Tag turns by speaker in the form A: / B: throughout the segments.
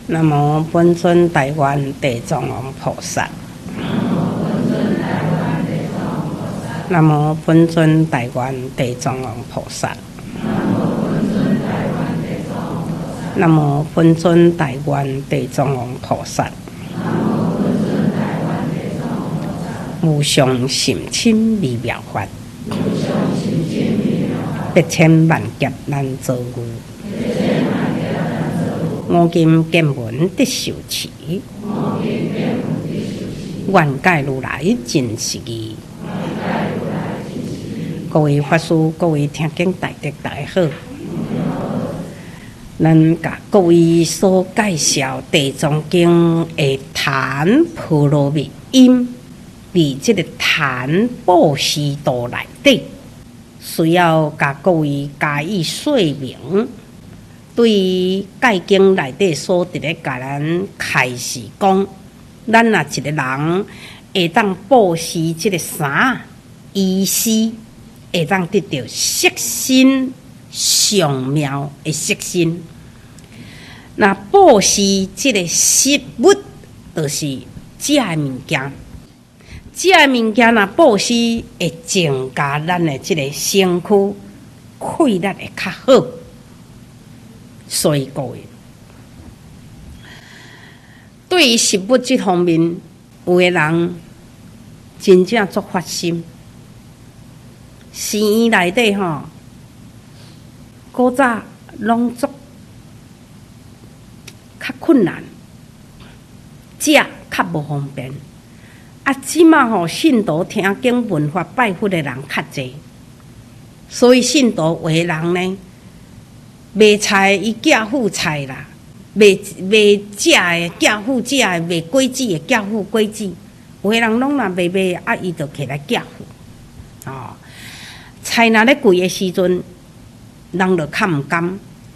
A: 南无本尊台湾地藏王菩萨。南无本尊台湾地藏王菩萨。南无本尊台湾地藏王菩萨。无上甚深微妙法，百千万劫难遭遇。我今见闻得受持，愿解如来真实义。各位法师，各位听经大德大好，咱甲各位所介绍《地藏经》的谈婆罗蜜因，伫这个谈布施道内底，需要甲各位加以说明。对于戒经内底所伫咧，甲咱开示讲，咱若一个人会当布施即个三依施，会当得到色身上妙的色身。那布施即个食物，就是食的物件。食的物件若布施，会增加咱的即个身躯气力会较好。所以各位，对于食物这方面，有的人真正足发心。寺院内底吼，古早拢足较困难，食较无方便。啊，即马吼信徒听经闻法拜佛的人较济，所以信徒有的人呢。卖菜伊寄付菜啦，卖食的寄付食的，卖果子的寄付果子。有个人拢若卖啊，伊就起来寄付。哦，菜若咧贵的时阵，人就较毋甘。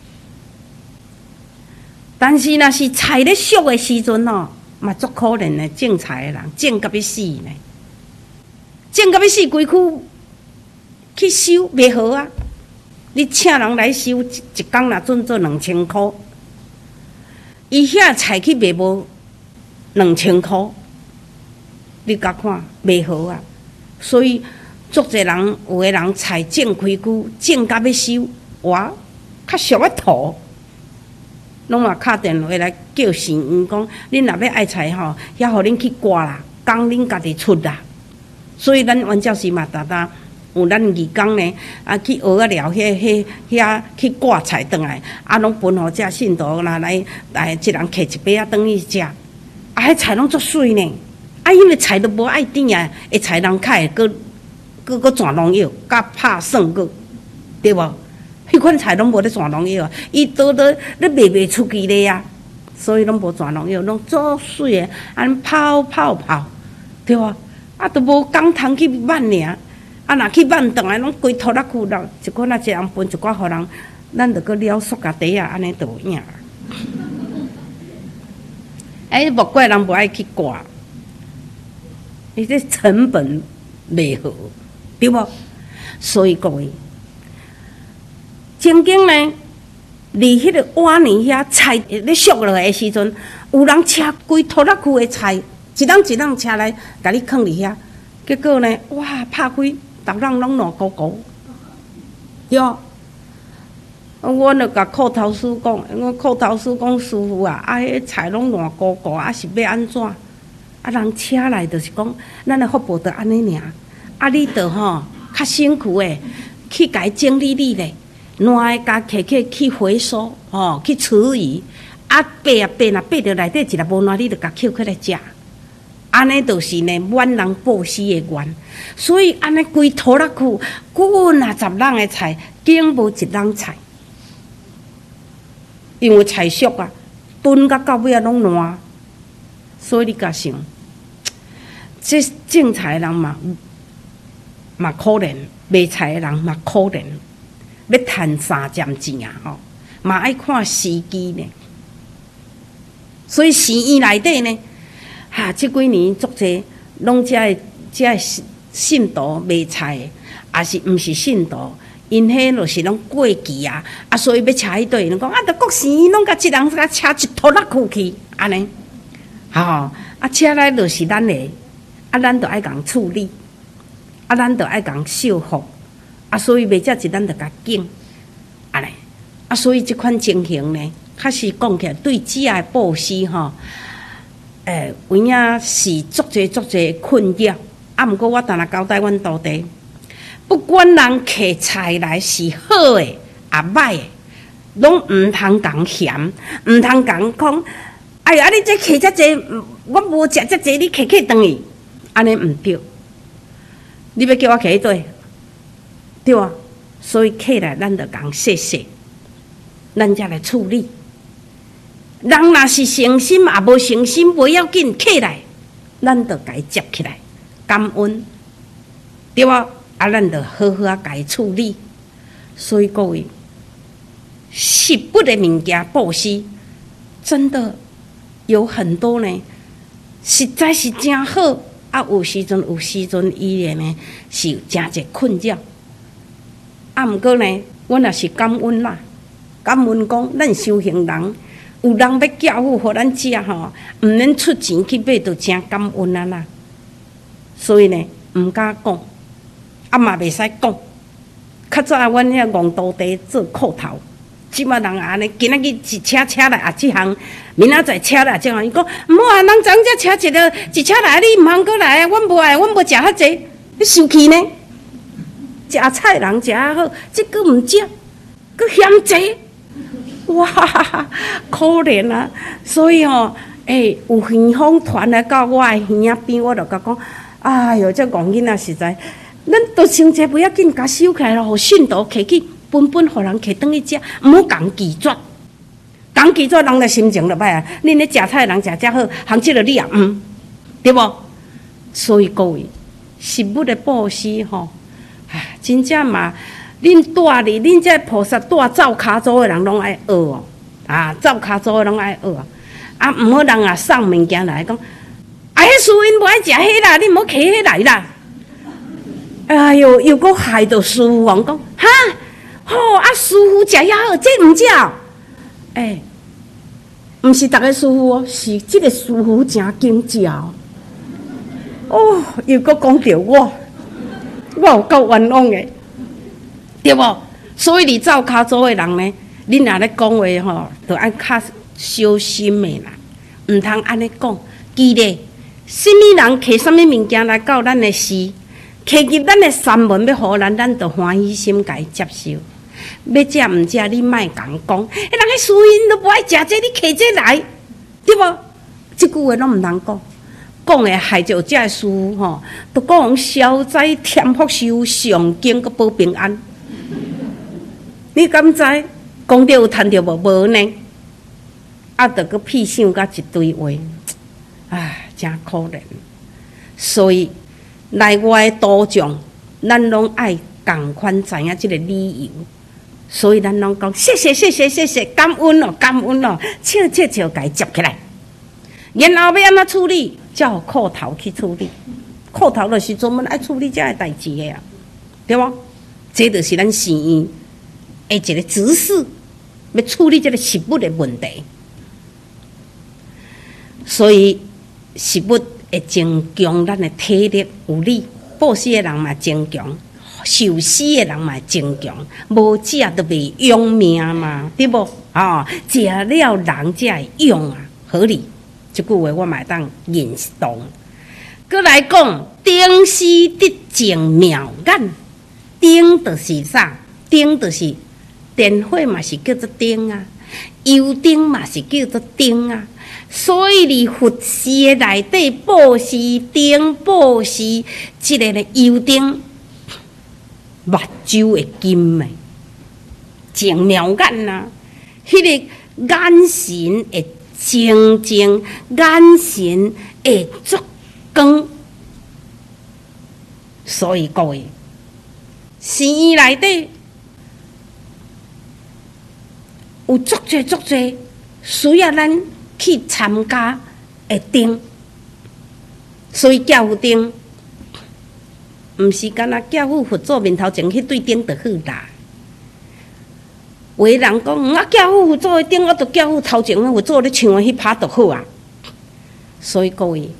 A: 但是若是菜咧俗的时阵哦，嘛足可怜的，种菜的人种甲要死呢，种甲要死，规区去收袂好啊。你请人来收，一工若准做2000块，伊遐菜去卖无2000块，你甲看袂好啊！所以足侪人，有个人菜种开久，种甲要收，哇，较俗个土，拢嘛敲电话来叫神院讲，恁若要爱菜吼，遐互恁去刮啦，工恁家己出啦。所以咱原教士嘛，有咱义工呢，啊去学啊了遐去挂菜转来，啊拢分互遮信徒啦来，一人摕一杯啊转去食，啊迄菜拢足水呢，啊因为菜都无爱甜啊，会菜人较会搁转农药，甲拍算搁，对无？迄款菜拢无咧转农药啊，伊倒咧卖出去咧啊，所以拢无转农药，拢足水诶，安泡，对无？啊都无工通去挽尔。啊，若去挽转来，拢规拖拉裤啦，一寡那一人分一寡互人，咱着搁了塑胶袋啊，安尼就有影。莫怪人无爱去刮，伊这成本袂好，对无？所以各位，曾经呢，离迄个瓦年遐菜咧俗落来的时阵，有人车规拖拉裤的菜，一人车来，甲你放伫遐，结果呢，哇，拍开。逐人拢烂糊糊，哟！我著甲裤头师讲，我裤头师讲师傅啊，迄菜拢烂糊糊，啊是要安怎？啊人车来就是讲，咱的福报著安尼尔，啊你著吼较辛苦诶，去甲伊整理咧，烂诶甲摕去回收，吼去处理，啊白若爬到内底一粒无烂，你著甲捡起来食。安尼就是呢，满人布施的愿，所以安尼规拖拉库，滚啊10人的菜，竟无一人菜，因为菜俗啊，炖到尾啊拢烂，所以你甲想，这种菜的人嘛可怜，卖菜的人嘛可怜，要赚3점钱啊吼，嘛爱看时机呢，所以寺院内底呢。这几年足济，拢遮信徒卖菜，也是毋是信徒， 因迄就是拢过期啊，所以要车迄队，人讲着国生拢甲一人甲车一拖拉库去，安尼，车来就是咱的，咱着爱共处理，咱着爱共修复，所以袂则是咱着甲敬，安尼，所以即款情形呢，确实讲起来对子仔的布施吼，有影是足侪困扰，毋过我单来交代阮徒弟。不管人摕菜来是好的也歹的，拢毋通讲嫌，毋通讲讲。哎呀，你这摕遮济，我无食遮济，你摕转去，安尼毋对。你要叫我摕对，对啊。所以摕来，咱着讲谢谢，咱才来处理。人若是诚心，也无诚心，无要紧，摕来，咱着家接起来，感恩，对啊。咱着好好甲伊处理。所以各位，食物的物件布施，真的有很多呢，实在是真好。有时阵伊呢是真侪困扰。毋过呢，阮也是感恩啦，感恩讲咱修行人，有人要教育互咱食吼，毋免出钱去买，就真感恩啊啦。所以呢，毋敢讲。嘛袂使讲，较早阮遐戆徒弟做裤头，即马人安尼，今仔日一车来即项，明仔载车来即项，伊讲毋好啊，人昨才车一车来，你毋通过来啊，阮无爱，阮无食遐济，你生气呢？食菜人食啊好，即个毋食，佫嫌济，哇，可怜啊！所以有远方传来到我的耳仔边，我就甲讲，哎哟，这戆囡仔实在。咱都想者不要紧，甲收起来咯，互训导摕去，本互人摕转去食，毋好讲拒绝，讲拒绝人的心情就歹啊！恁咧食菜人食好，行即个你也对无？所以各位，食物的布施吼，真正嘛，恁住哩，恁这菩萨住灶骹祖的人拢爱学哦，灶骹祖的拢爱学毋好人也送物件来讲，迄师因无爱食迄啦，你毋好摕迄来啦。哎哟，又搁害到师傅讲，哈，师傅食遐好，这毋食。毋是逐个师傅哦，是即个师傅真经食哦。又搁讲着我有够冤枉的，对无？所以你灶骹祖的人呢，恁若咧讲话吼，着爱较小心的啦，毋通安尼讲。记咧，什么人摕什么物件来到咱的事。摕入咱的三门要互咱，咱就欢喜心甲伊接受。要食毋食，你莫共讲。迄人迄私因都无爱食这，你摕这来，对无？即句话拢毋通讲，讲诶害着遮个师傅吼，都讲消灾添福寿，上经佮保平安。你敢知？讲着有趁着无呢？着佮屁想甲一堆话，真可怜。所以。来我的道场，咱拢爱共款知影即个理由，所以咱拢讲谢谢，感恩咯，笑甲伊接起来。然后要安怎处理？叫裤头去处理。裤头就是专门爱处理这个代志的啊，对无？这就是咱寺院的一个指示，要处理这个食物的问题。所以食物。会增强咱的体力有力，布施的人嘛增强，受施的人嘛增强，无食就袂用命嘛，对无？食了人才会用啊，合理。这句话我嘛当认同。搁来讲，顶施得正妙眼，顶就是啥？顶就是电火嘛是叫做顶啊，油灯嘛是叫做顶啊。所以，你佛事的内底布施灯，布施即个咧油灯，目睭会金的，正妙眼啊！迄个眼神会清净，眼神会足光。所以各位，寺院内底有足侪需要咱。去参加的灯，所以教父灯，毋是干那教父佛祖面头前迄对灯就好啦。 有的人讲，我教父做的顶，我都教父头前我做咧唱的迄拍就好啊。所以各位，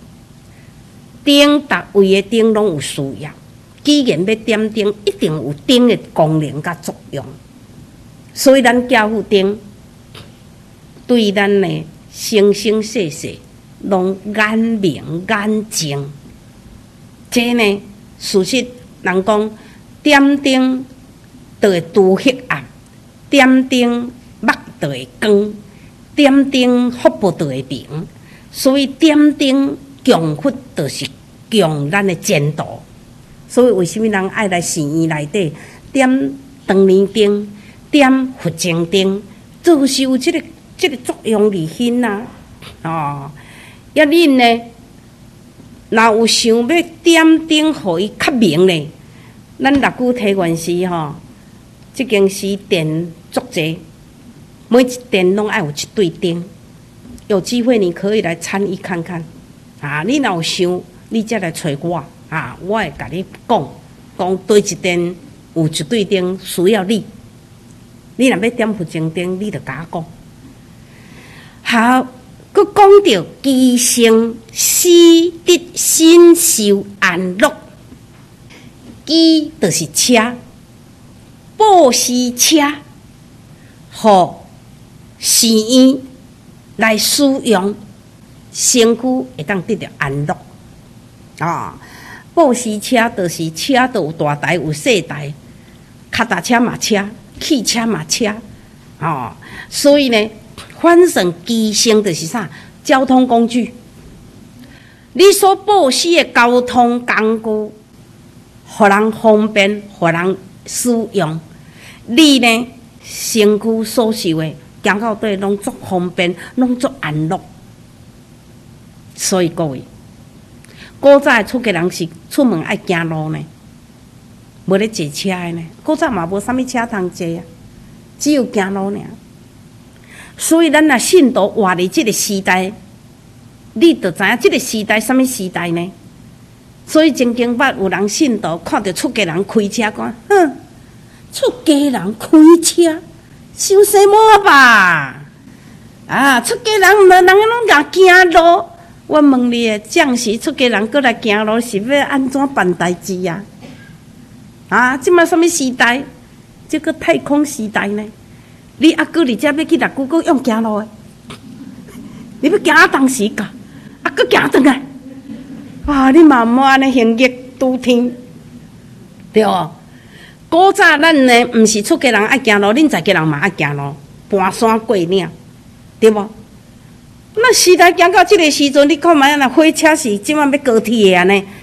A: 顶逐位的顶拢有需要。既然要点灯，一定有灯的功能甲作用。所以咱教父灯对咱的生生世世拢眼明眼睛。这呢，事实人讲点灯就会除黑暗，点灯目就会光，点灯腹部就会明。所以点灯强佛就是强咱的前途。所以为什么人爱来寺院内底点灯明灯、点佛前灯，就是有这个作用伫心呐。哦，要恁呢，若有想要点灯，互伊较明咧，咱六句提原诗吼，即间诗电足济，每一电拢爱有一对灯。有机会你可以来参与看看。啊，你若有想，你才来找我。啊，我会甲你讲对一电有一对灯需要你。你若要点佛前灯，你就甲我讲。好，佮讲到机生死得身受安乐，机就是车，布施车，互寺院来使用，身躯会当得到安乐。啊。布施车就是车，都有大台有小台，脚踏车嘛车，汽车嘛车，哦，所以呢，反正机生就是啥？交通工具。你所布施的交通工具，互人方便，互人使用。你呢，身躯所受的，行到底拢足方便，拢足安乐。所以各位。古早的出家人是出门爱行路呢，无咧坐车的呢。古早嘛无啥物车通坐啊，只有行路尔。所以咱若信徒活伫即个时代，你就知影即个时代啥物时代呢？所以曾经捌有人信徒看到出家人开车，讲：哼，出家人开车，伤什么吧？啊，出家人毋人拢甲行路。我问你诶，将士出家人过来行路，是要安怎办代志啊？啊，即摆什么时代？这个太空时代呢？你阿哥你遮要去六姑姑用行路诶？你要行当时个，搁行转来？哇！你嘛莫安尼行业拄天，对哦。古早咱呢，毋是出家人爱行路，恁在家人嘛爱行路，搬山过岭，对无？那时代行到即个时阵，你看卖那火车是即摆要高铁的安尼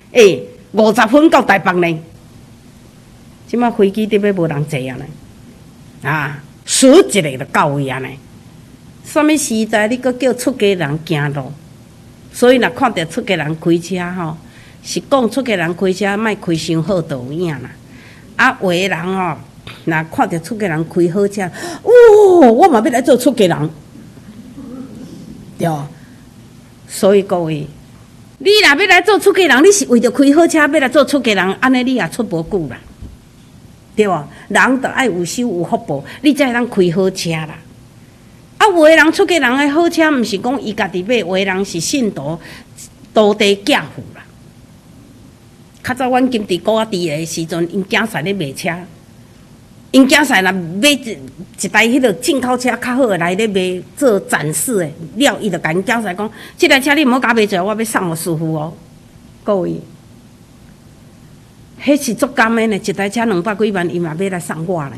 A: ，50分到台北呢。即摆飞机顶要无人坐啊呢，啊，数一个就到位啊呢。什么时代你搁叫出家人行路？所以若看到出家人开车吼，是讲出家人开车莫开伤好就有影啦。啊，有的人吼，若看到出家人开好车，哦，我嘛要来做出家人。对，所以各位，你若要来做出家人，你是为着开好车要来做出家人，安尼你也出无久啦，对无？人着爱有修有福报，你才会当开好车啦。啊，有的人出家人的好车，毋是讲伊家己买，有的人是信徒道地寄付啦。较早阮金地高地的时阵，因囝婿咧卖车。因囝婿若买一台迄个进口车较好诶来咧卖做展示诶，了伊就甲因囝婿讲：即台车你毋好甲卖出来，我要送互师傅哦。各位，迄是足甘诶呢，一台车200几万，伊嘛要来送我呢。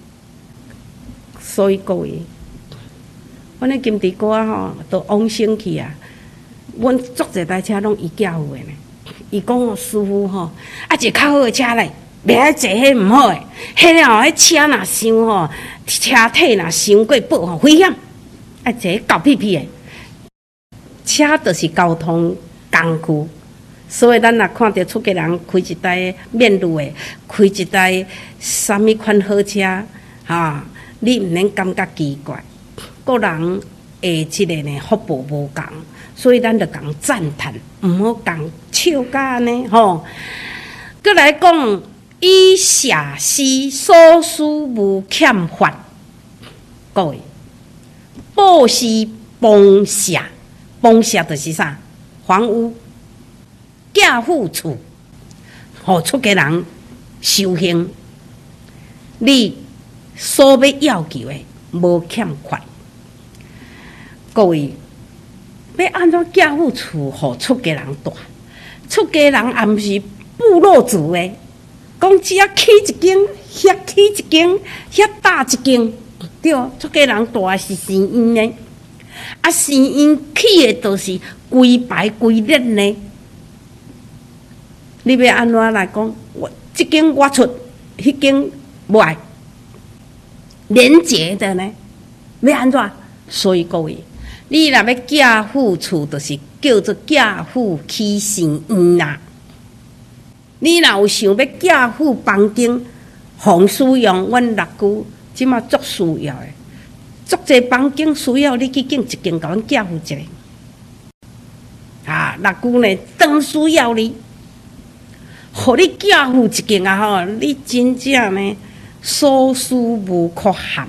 A: 所以各位，阮咧金地哥吼都往生去啊，阮足一台车拢伊寄付诶呢。伊讲哦，师傅吼，啊一个较好诶车咧。袂爱坐迄毋好诶，迄吼，迄车若伤吼，车体若伤过薄吼，危险。爱坐狗屁屁诶，车就是交通工具，所以咱若看到出家人开一台面路诶，开一台啥物款好车，哈，你毋免感觉奇怪。个人下即个呢福报无共，所以咱着共赞叹，毋好共笑甲安尼吼。再来讲。以舍施所需无欠法， 各位，报是房舍，房舍就是啥？房屋、嫁父厝，互出家人修行。你所要要求的无欠缺。各位，要安怎嫁父厝互出家人住？出家人也毋是部落族的，讲只要起一间，遐起一间，遐搭一间，对，出家人住的是寺院的，啊，寺院起的都是规排规列呢。你要安怎来讲？我这间我出，迄间无爱，连结的呢？要安怎？所以各位，你若要嫁父厝，就是叫做嫁父起寺院啦。你若有想要嫁父房间，互使用，阮六姑即马足需要的，足侪房间需要你去拣一间，甲阮嫁父一个。啊，六姑呢，当需要你，互你嫁父一间啊！吼，你真正呢，所需无可限。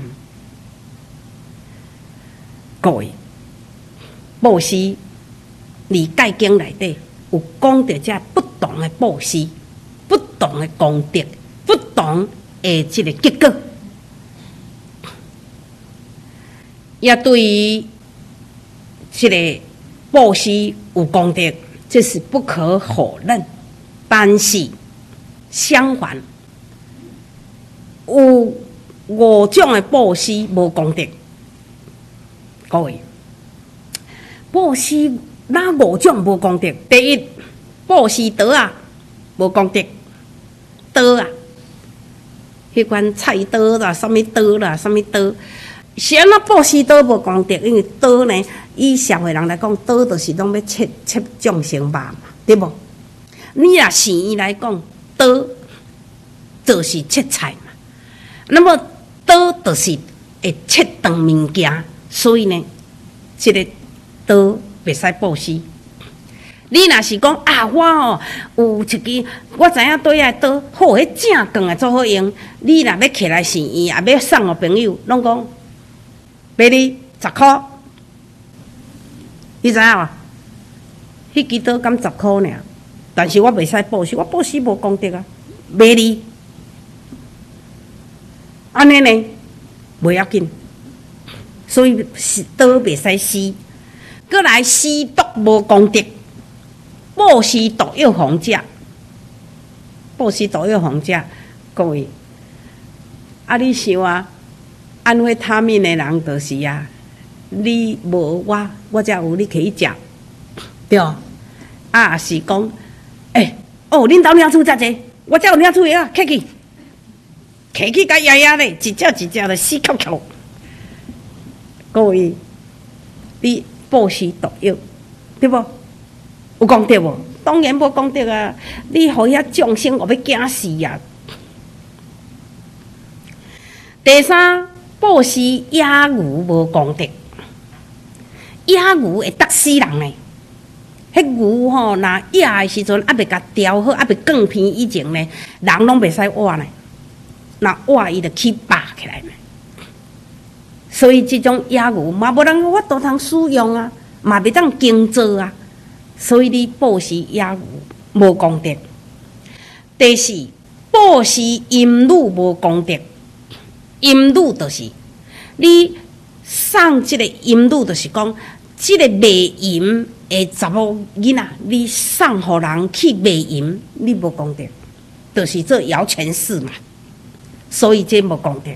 A: 各位，布施，离戒经内底有讲到这不同的布施。不同的功德，不同的这个结果，也对于这个布施有功德，这是不可否认。但是相反，有5种的布施无功德。各位，布施哪5种无功德？第一，布施刀啊，无功德。刀啊，迄款菜刀啦，什么刀啦，什么刀，是安怎布施刀无功德？因为刀呢，以社会人来讲，刀就是拢要切众生肉嘛，对无？你若善意来讲，刀就是切菜嘛。那么刀就是会切断物件，所以呢，这个刀袂使布施。你若是讲啊，我有一支，我知影对遐刀好，迄正钢的最好用。你若要摕来善意，也要送互朋友，拢讲卖你10块，你知影无？迄支刀敢10块尔，但是我袂使布施，我布施无功德啊，卖你。安尼呢，袂要紧，所以刀袂使施，过来施毒无功德。布施毒药防者，布施毒药防者，各位，啊，你想啊，安慰他命的人就是啊，你无我才有你可以食，对，啊是讲，恁兜领出遮济，我才有领出啊，客去甲爷爷咧，一只的死翘翘，各位，你布施毒药，对不？有功德无？当然无功德啊！你互遐众生，我要惊死啊！第三，布施野牛无功德，野牛会毒死人呢。迄牛吼，若野的时阵，还袂甲调好，还袂割片以前呢，人拢袂使活呢。若活伊就起拔起来呢。所以即种野牛嘛，无人法度通使用啊，嘛袂当经做啊。所以你布施野牛无功德。第四，布施淫女无功德。淫女就是你送即个淫女，就是讲即个卖淫的查某囡仔，你送互人去卖淫，你无功德，就是做摇钱树嘛。所以这无功德。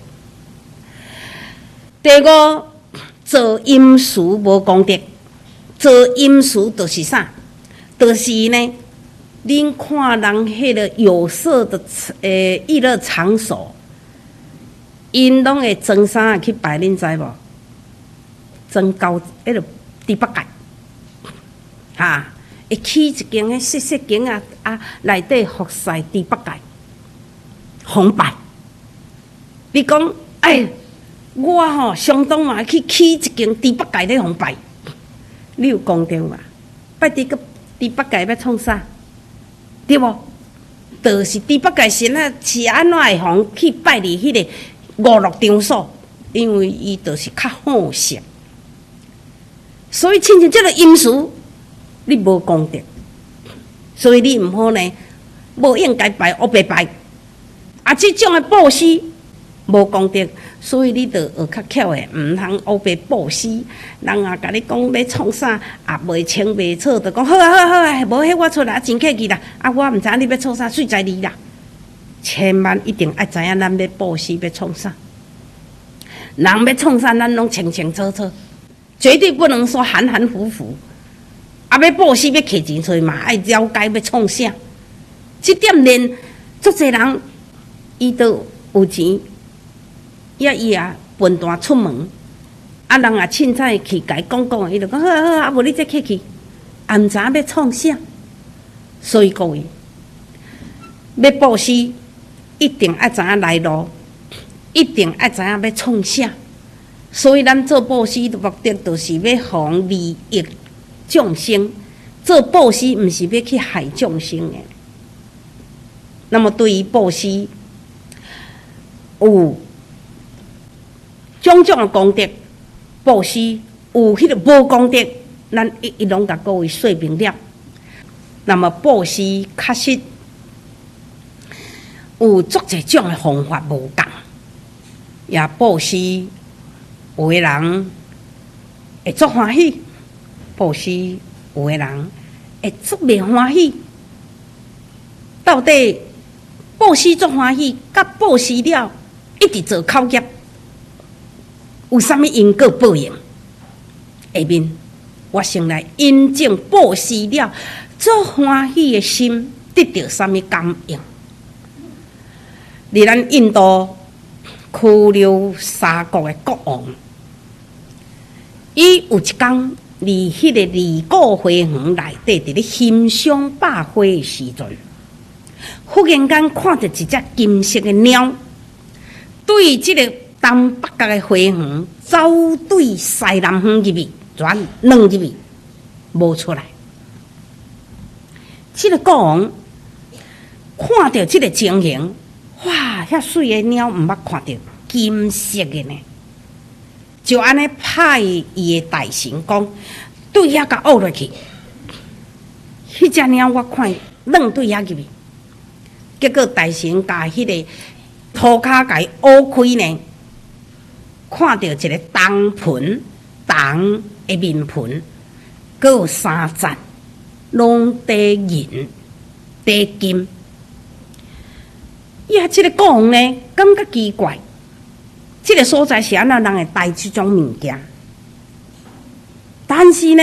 A: 第五，做淫事无功德。做淫事就是啥？就是呢，恁看人迄个有色的娱乐场所，因拢会装衫去摆，恁知无？装高迄个猪八戒，会起一间迄细细间内底服侍猪八戒，红摆。你讲，我吼相当嘛去起一间猪八戒咧红摆。你有功德嘛？拜伫个猪八戒要创啥？对无？就是猪八戒神啊，是安怎会互去拜伫迄个娱乐场所？ 因为伊就是较好色，所以亲像这个阴事，你无功德，所以你毋好呢，无应该拜黑白拜，啊，这种的布施无功德，所以你着学较巧的，毋通黑白布施。人啊，甲你讲要创啥，啊，袂清袂楚，着讲好啊好啊好啊，无迄我出来真客气啦，啊，我毋知影你要创啥，水在你啦。千万一定爱知影，咱要布施要创啥，人要创啥，咱拢清清楚楚，绝对不能说含含糊糊。啊，要布施要摕钱出嘛，爱了解要创啥。这点连足侪人，伊都有钱，伊分段出门，啊，人也凊彩去甲伊讲，伊就讲好啊好啊，啊无你这客气，也毋知影要创啥。所以各位，要布施，一定爱知影来路，一定爱知影要创啥。所以咱做布施的目的，就是要防利益众生。做布施毋是要去害众生的。那么对于布施，有种种的功德，布施有迄个无功德，咱一拢甲各位说明了。那么布施确实有足一种的方法无共，也布施有的人会足欢喜，布施有的人会足袂欢喜。到底布施足欢喜，甲布施了一直做口业，有啥物因果报应？下面我先来印证布施了足欢喜的心得到啥物感应？伫咱印度库留沙国的国王，伊有一天伫迄个离果花园内底，伫咧欣赏百花的时阵，忽然间看到一只金色的鸟，对即个东北角的花园走对西南方入去，转软入去，无出来。即个国王看到即个情形，哇！遐水的鸟毋捌看到金色的呢，就安尼派伊的大臣讲，对遐甲挖落去。迄只鸟我看软对遐入去，结果大臣甲迄个涂骹甲伊挖开呢，看到一个铜盆，铜的面盆，阁有3盏，拢底银底金。即个国王呢，感觉奇怪，即个所在是安怎人会带即种物件？但是呢，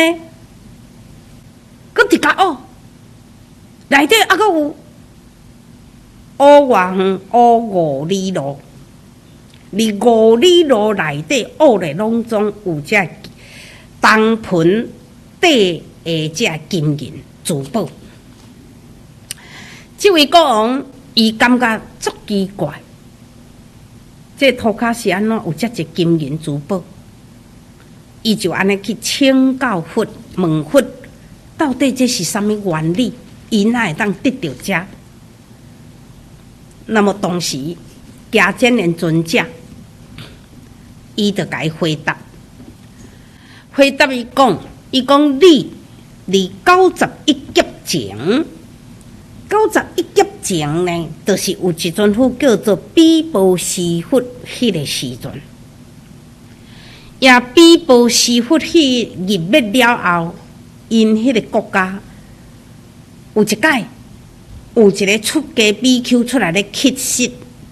A: 佫直甲内底还佫有乌外远乌5里路，伫5里路内底挖的拢总有只铜盆底的只金银珠宝。这位国王伊感觉足奇怪，这涂骹是安怎有遮济金银珠宝？伊就安尼去请教佛，问佛到底这是啥物原理？伊哪会当得到遮？那么当时迦旃延尊者，伊就甲伊回答伊讲你伫91劫前。91劫前呢，就是有一尊佛叫做比波师佛，迄个时阵，也比波师佛去入灭了后，因迄个国家有一届有一个出家比丘出来咧乞食，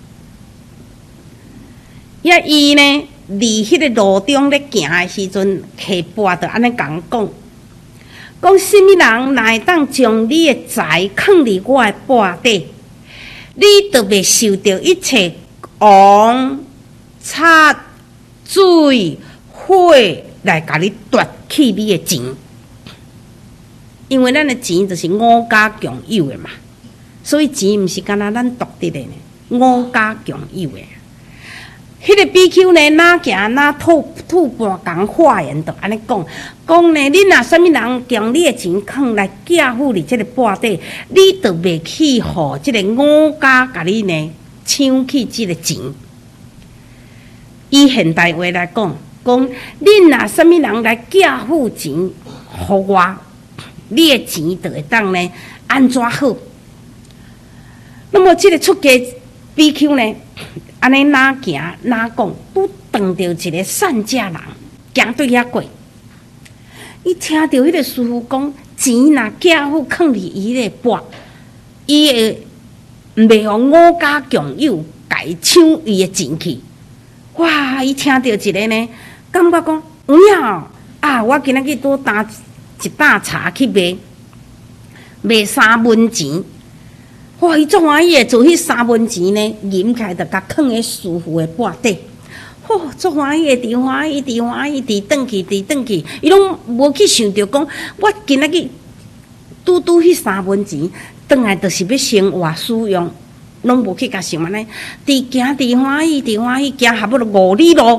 A: 伊呢伫迄个路中咧行的时阵，下跋就安尼讲。讲什么人若会当将你的财放伫我的钵底，你就袂受到一切王、贼、水、火来甲你夺去你的钱。因为咱的钱就是五家共有的嘛，所以钱毋是干那咱独得的呢，五家共有的。迄个比丘呢，哪行哪吐蕃讲化言，就安尼讲呢，你若啥物人将你的钱放来寄付伫即个钵底，你就袂去互即个五家甲你呢抢去即个钱。 以现代话来讲，恁若什么人来寄付钱互我，你的钱就会当呢安怎好？那么这个出家比丘呢，安尼哪行哪讲，拄撞到一个善家人，行对遐过。伊听到迄个师傅讲，钱若寄付放伫伊个钵，伊会袂互五家强友家抢伊的钱去。哇！伊听到一个呢，感觉讲有影啊！我今仔日多担一担茶去卖3文钱。哇！伊足欢喜的，做迄3文钱呢，饮起来就甲放喺师傅的钵底。哦，足欢喜的，直欢喜，直欢喜，直转去，直转去。伊拢无去想着讲，我今仔日拄迄3文钱，转来就是要生活使用，拢无去甲想安尼。直行，直欢喜，直欢喜，行下要5里路，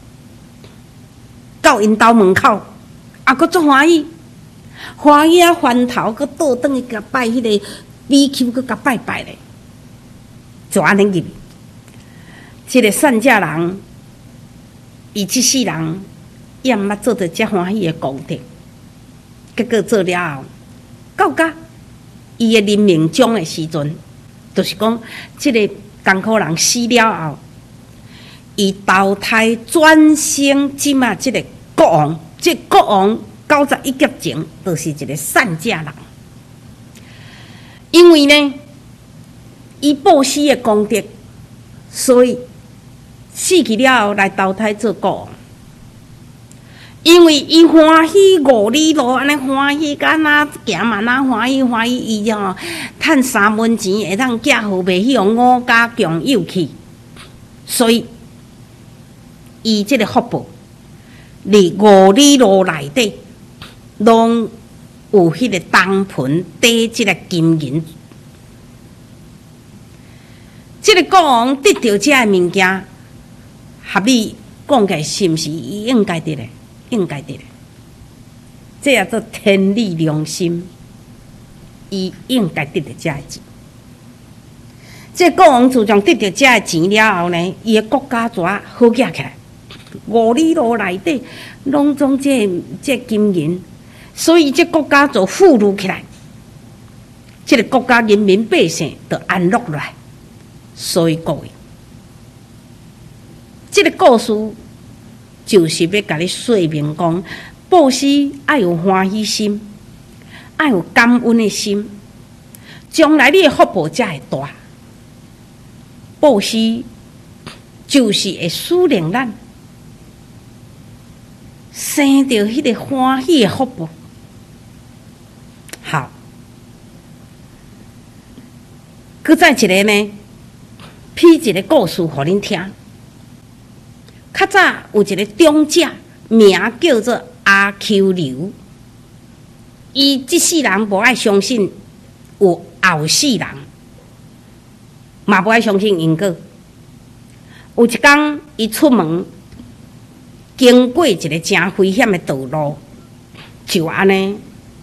A: 到因兜门口，佫足欢喜，欢喜啊翻头，佫倒转去甲拜迄个比丘，佫甲拜拜咧，就安尼入去。即个善家人。伊即世人也毋捌做着遮欢喜的功德，结果做了后，到甲伊的临命终的时阵，就是讲，即个艰苦人死了后，伊投胎转生即马即个国王，即国王91劫前，就是一个善家人，因为呢，伊布施的功德，所以。死去了后来投胎做国王，因为伊欢喜5里路，安尼欢喜甲哪行嘛哪欢喜欢喜，伊吼趁3文钱会当寄互袂去互5家强友去，所以伊即个福报，伫5里路内底，拢有迄个当盆底即个金银。即个国王得到遮个物件。合理讲起来，是毋是伊应该得嘞？应该得嘞。这也做天理良心，伊应该得到遮个钱。这国王自从得到遮个钱了后呢，伊个国家怎好起来？5里路内底拢总这金银，所以这国家就富裕起来。这个国家人民百姓就安乐来。所以各位。这个故事就是要甲你说明讲，布施爱有欢喜心，爱有感恩的心，将来你的福报才会大。布施就是会使令咱生着迄个欢喜的福报。好，搁再一个呢，批一个故事互恁听。较早有一个长者，名叫做阿 Q 刘。伊即世人无爱相信有后世人，嘛无爱相信因果。有一天，伊出门，经过一个真危险的道路，就安尼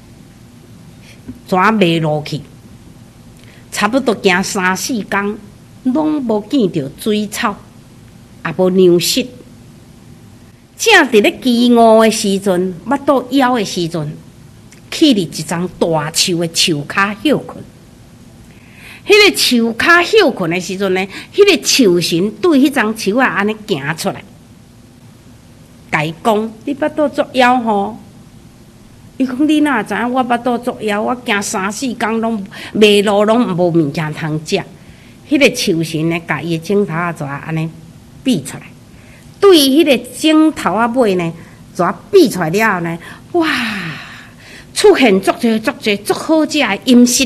A: 转迷路去，差不多行3、4天，拢无见着水草，也无粮食。正伫咧饥饿的时阵，腹肚枵的时阵，去伫一丛大树的树骹休困。迄个树骹休困的时阵呢，迄个树神对迄丛树啊安尼行出来，甲伊讲：“你腹肚足枵吼？”伊讲：“你哪知影我腹肚足枵？我行3、4天拢迷路，拢无物件通食。”迄个树神呢，甲伊的镜头啊，安尼比出来。对迄个镜头啊尾呢，怎比出来了后呢？哇！出现足侪足好食的饮食。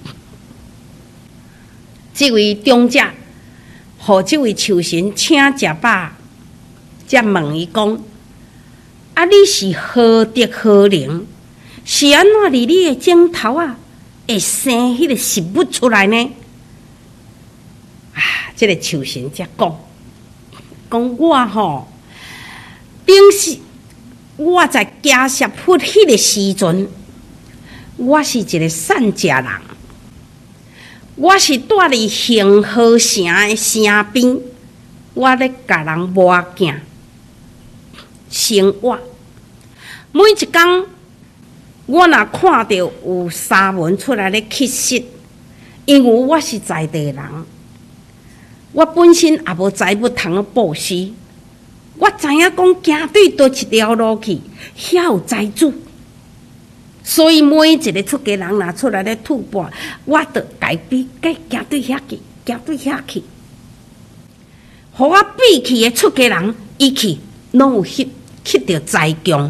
A: 这位长者，互这位树神请食饱，才问伊讲：“啊，你是何德何能？是安怎伫你的镜头啊会生迄个食物出来呢？”啊，这个树神才讲。讲我吼，平时我在家摄佛迄个时阵，我是一个善家人，我是住伫恒河城的城边， 我咧甲人磨镜、生活。每一工，我若看到有沙文出来咧乞食，因为我是在地人，我本身也无财物通布施。我知影讲行对倒一条路去，遐有财主，所以每一个出家人若出来咧吐蕃，我着改比该行对遐去，行对遐去。互我比去的出家人，伊去拢有翕着财强，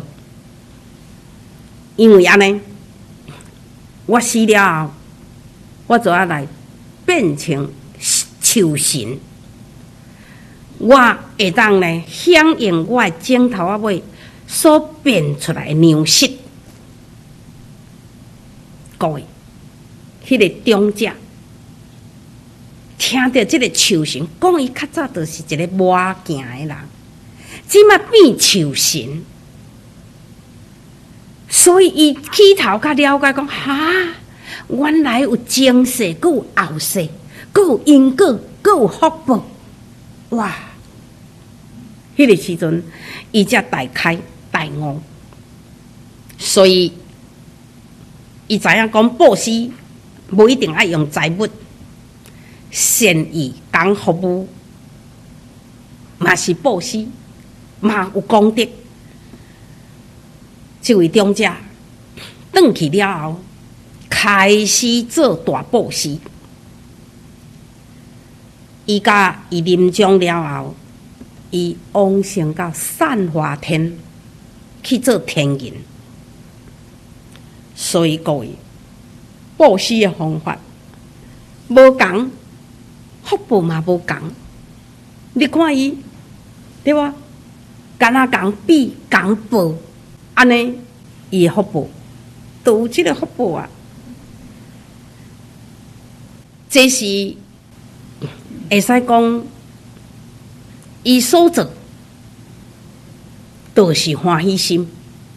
A: 因为安尼，我死了后，我就要来变成树神。我会当呢响应我的镜头啊尾所变出来的样式。各位，迄个长者听到这个树神讲，伊较早就是一个磨镜的人，即马变树神，所以伊起头较了解讲，原来有前世，阁有后世，阁有因果，阁有福报。哇！迄个时阵，伊才大开大悟，所以伊知影讲布施无一定爱用财物，善意讲服务嘛是布施，嘛有功德。这位长者转去了后，开始做大布施。伊甲伊临终了后，伊往生到散花天去做天人。所以各位，布施的方法无共，福报嘛无共。你看伊，对吧？敢若共比共报，安尼伊的福报都有这个福报啊！这是会使讲，伊所做都是欢喜心。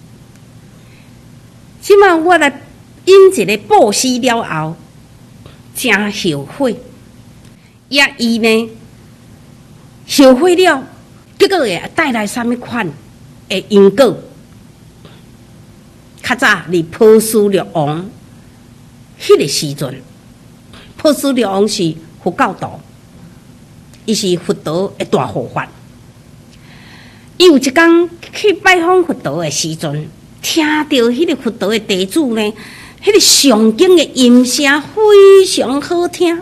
A: 即马我来因一个布施了后，真后悔，也伊呢后悔了，结果会带来什么款的因果？较早离波斯律王迄个时阵，波斯律王是佛教徒。伊是佛陀的大护法。伊有一天去拜访佛陀的时阵，听到迄个佛陀的弟子呢，迄个上经的音声非常好听，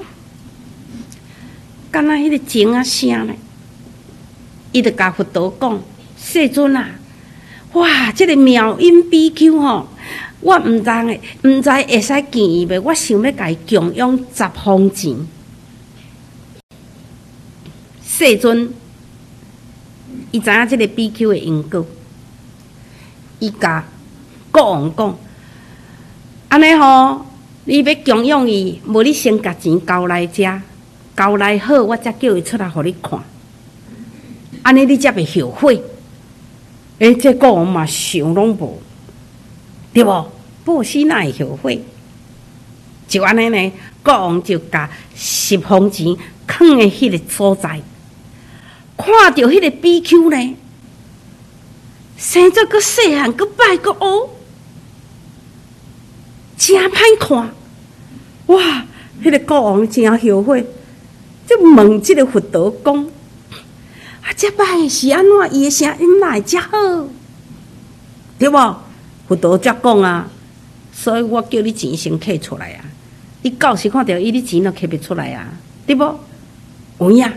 A: 敢若迄个钟啊声呢。伊就甲佛陀讲：“世尊啊，哇，这个妙音比丘吼，我毋知会使见伊袂，我想要甲伊供养10方钱。”世尊，伊知影即个比丘的因果，伊甲国王讲：“安尼吼，你要供养伊，无你先甲钱交来遮，交来好，我才叫伊出来互你看。安尼你才袂后悔。”这国王嘛想拢无，对无？布施哪会后悔？就安尼呢，国王就甲10方钱放伫迄个所在。看到迄个比丘呢，生做个细汉，个摆个乌，真歹看。哇！迄个国王真后悔，就问即个佛陀讲：“这摆是安怎？伊的声音哪会遮好？对无？”佛陀才讲啊，所以我叫你钱先摕出来啊！你到时看到伊，你钱都摕不出来啊，对无？有影。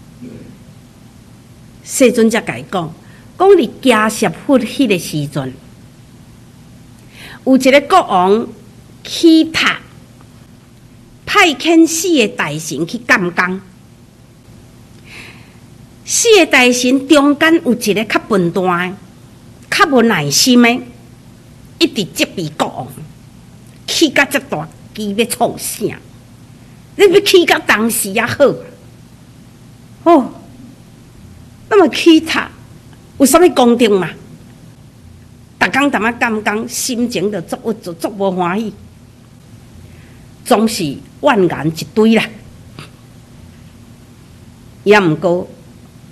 A: 世尊才甲伊讲，讲你迦叶佛迄个时阵，有一个国王去塔派遣4个大臣去干工。4个大臣中间有一个较笨蛋的、较无耐心的，一直责备国王，气甲遮大，机要创啥？你要气甲当时也好哦。那么起塔有啥物功德嘛？逐工淡仔干工，心情就足无欢喜，总是怨言一堆啦。也毋过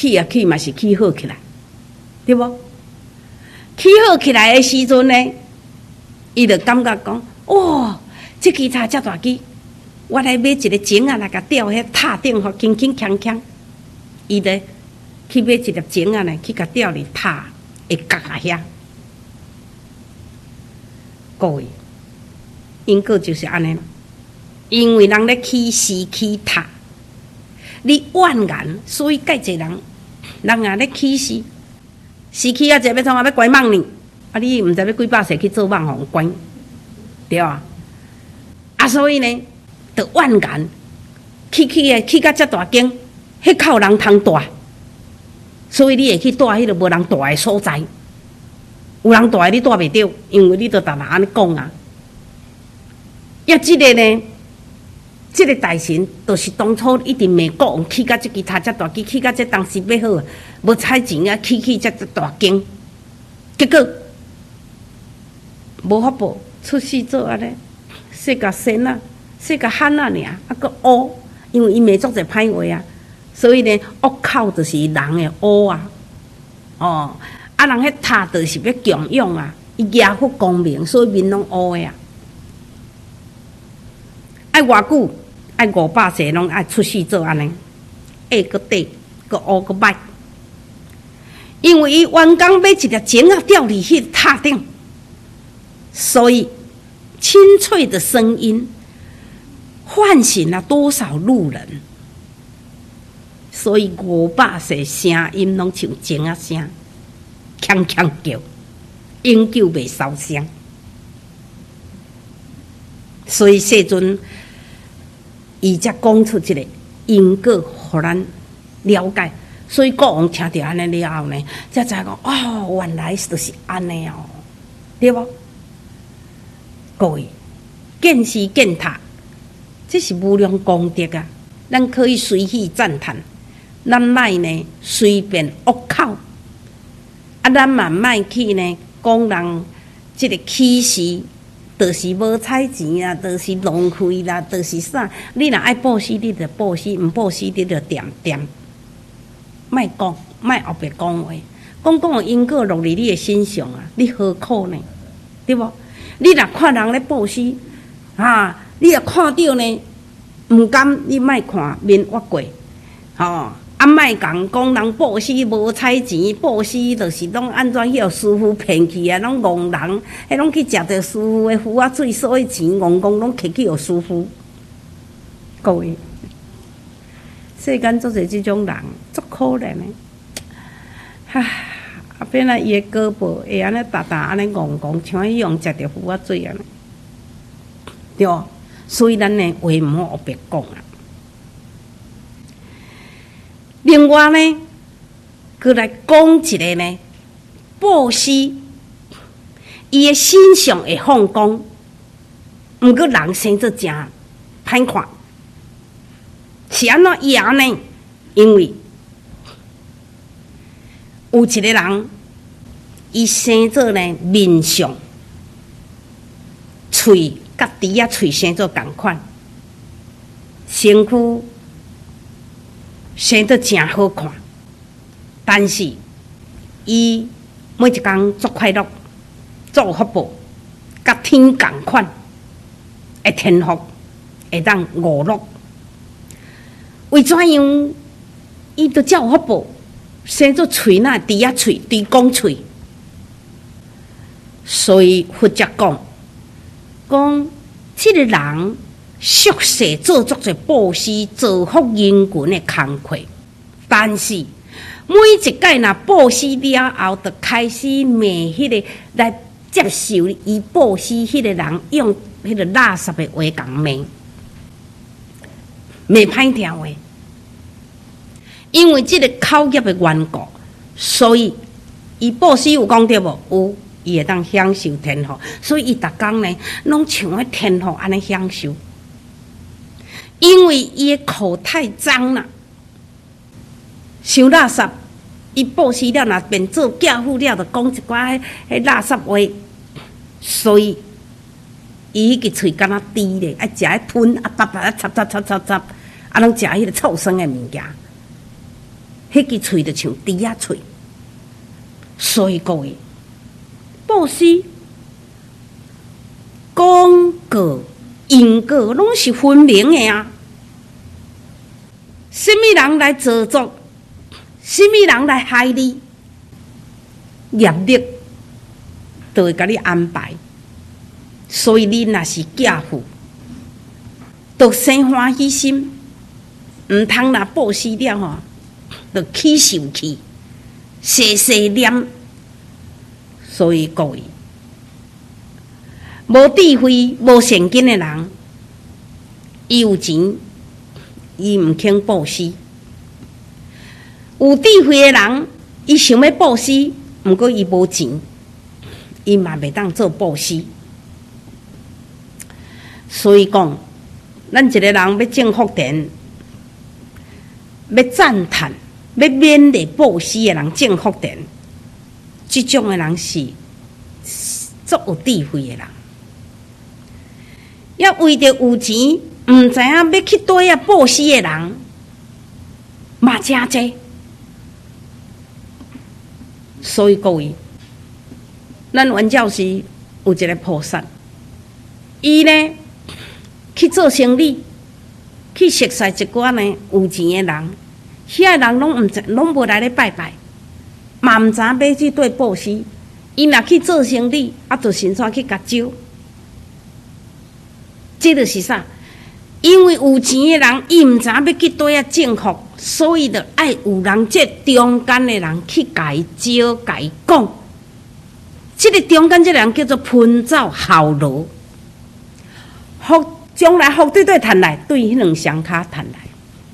A: 起啊起嘛是起好起来，对无？起好起来的时阵呢，伊就感觉讲，哇，这支叉遮大支，我来买一个钟啊，来甲吊迄塔顶吼，轻轻锵锵。伊咧去买一粒钟啊呢，去甲吊伫塔的角啊遐。各位，因果就是安尼，因为人咧起时起塔，你怨言，所以介济人也咧起时。时起啊，一要创啊要关网呢，啊你毋知要几百岁去做网互关，对啊？啊所以呢，就怨言，起甲遮大间，迄靠人通住，所以你会去住迄个无人住的所在。有人住的你住袂着，因为你都逐人安尼讲啊。也即个呢，即个大神，就是当初一直骂国王起甲即支塔遮大支，起甲这当时要好，无采钱啊，起遮大间，结果无法度出世做安尼，说甲神啊，说甲喊啊尔，啊个乌，因为伊骂足侪歹话啊，所以呢，恶口就是人的乌啊，哦，啊人迄塔就是要供养啊，伊野福光明，所以面拢乌的啊。爱偌久，爱500岁拢爱出世做安尼，下个短，个乌个歹，因为伊员工买一粒钟啊吊伫迄塔顶，所以清脆的声音唤醒了多少路人，所以500岁声音拢像钟啊声，锵锵叫，永久袂烧声。所以世尊伊才讲出一个因果，互咱了解。所以国王听到安尼了后呢，才知讲哦，原来就是安尼哦，对无？各位，见时见塔，这是无量功德啊！咱可以随喜赞叹，咱莫呢随便恶口，啊，咱嘛莫去呢讲人这个起时。就是无采钱啊，就是浪费啦，就是啥？你若爱布施，你就布施；毋布施，你就点点。莫讲，莫后白讲话，讲因果落伫你的身上啊！你何苦呢？对无？你若看人咧布施，你若看到呢，毋甘，你莫看面挖过，啊，莫讲人布施无采钱，布施就是拢安怎去互师傅骗去啊，拢戆人，迄拢去食着师傅的鱼啊水，所以钱戆拢摕去互师傅。各位，世间做侪即种人，足可怜的。啊，变来伊的胳膊会安尼大安尼戆，像迄样食着鱼啊水安尼，对哦。所以咱呢话毋好后白讲啊。另外呢，佮来讲一个呢，布施，伊的心上会放光，毋过人生做真歹看，是安怎样呢？因为有一个人，伊生做呢面相，喙甲猪仔喙生做共款，身躯生得真好看，但是伊每一工足快乐，足有福报，甲天共款，会天福，会当娱乐。为怎样？伊都遮有福报，生做喙那猪仔喙、猪公喙，所以佛则讲，这个人。俗世做足侪布施、造福人群的工课，但是每一届若布施了后，就开始骂迄个来接受伊布施迄个人用迄个垃圾的话讲骂歹听话，因为这个口业的缘故，所以伊布施有讲对无？有，伊会当享受天福，所以伊逐工呢拢像迄天福安尼享受。因为伊的口太脏了，伤垃圾，伊布施了，若变做教父了，就讲一寡迄垃圾话，所以伊迄个喙敢若猪咧，爱食迄喷啊，叭叭啊，插，啊，拢食迄个臭酸的物件， 迄支喙就像猪仔喙。所以各位，布施、功过、因果拢是分明的啊。什么人来造作，什么人来害你，业力就会甲你安排。所以你若是嫁妇，就生欢喜心，毋通若布施了吼，就起受气，细细念。所以各位，无智慧、无善根的人，伊有钱，伊毋肯布施；有智慧的人，伊想要布施，毋过伊无钱，伊嘛袂当做布施。所以讲，咱一个人要种福田，要赞叹、要勉励布施的人种福田，这种的人是足有智慧的人。要为着有钱，毋知影要去倒遐布施的人，嘛真侪。所以各位，咱原教师有一个菩萨，伊呢去做生意，去熟悉一寡呢有钱的人，遐人拢无来咧拜拜，嘛毋知影要去对布施。伊若去做生意，就先去甲招。这就是啥？因为有钱的人，伊毋知影要去倒遐种福，所以就爱有人这中间的人去甲伊招、甲伊讲。这个中间这个人叫做喷走效劳，福将来福对赚来，对迄两双脚赚来，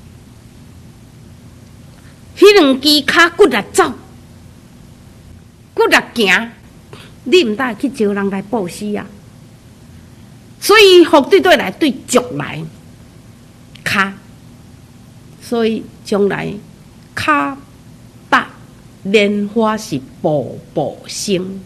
A: 迄两支脚骨力走，骨力行，你毋得去招人来布施啊！所以福对来，对足来，脚，所以将来脚大莲花是步步生。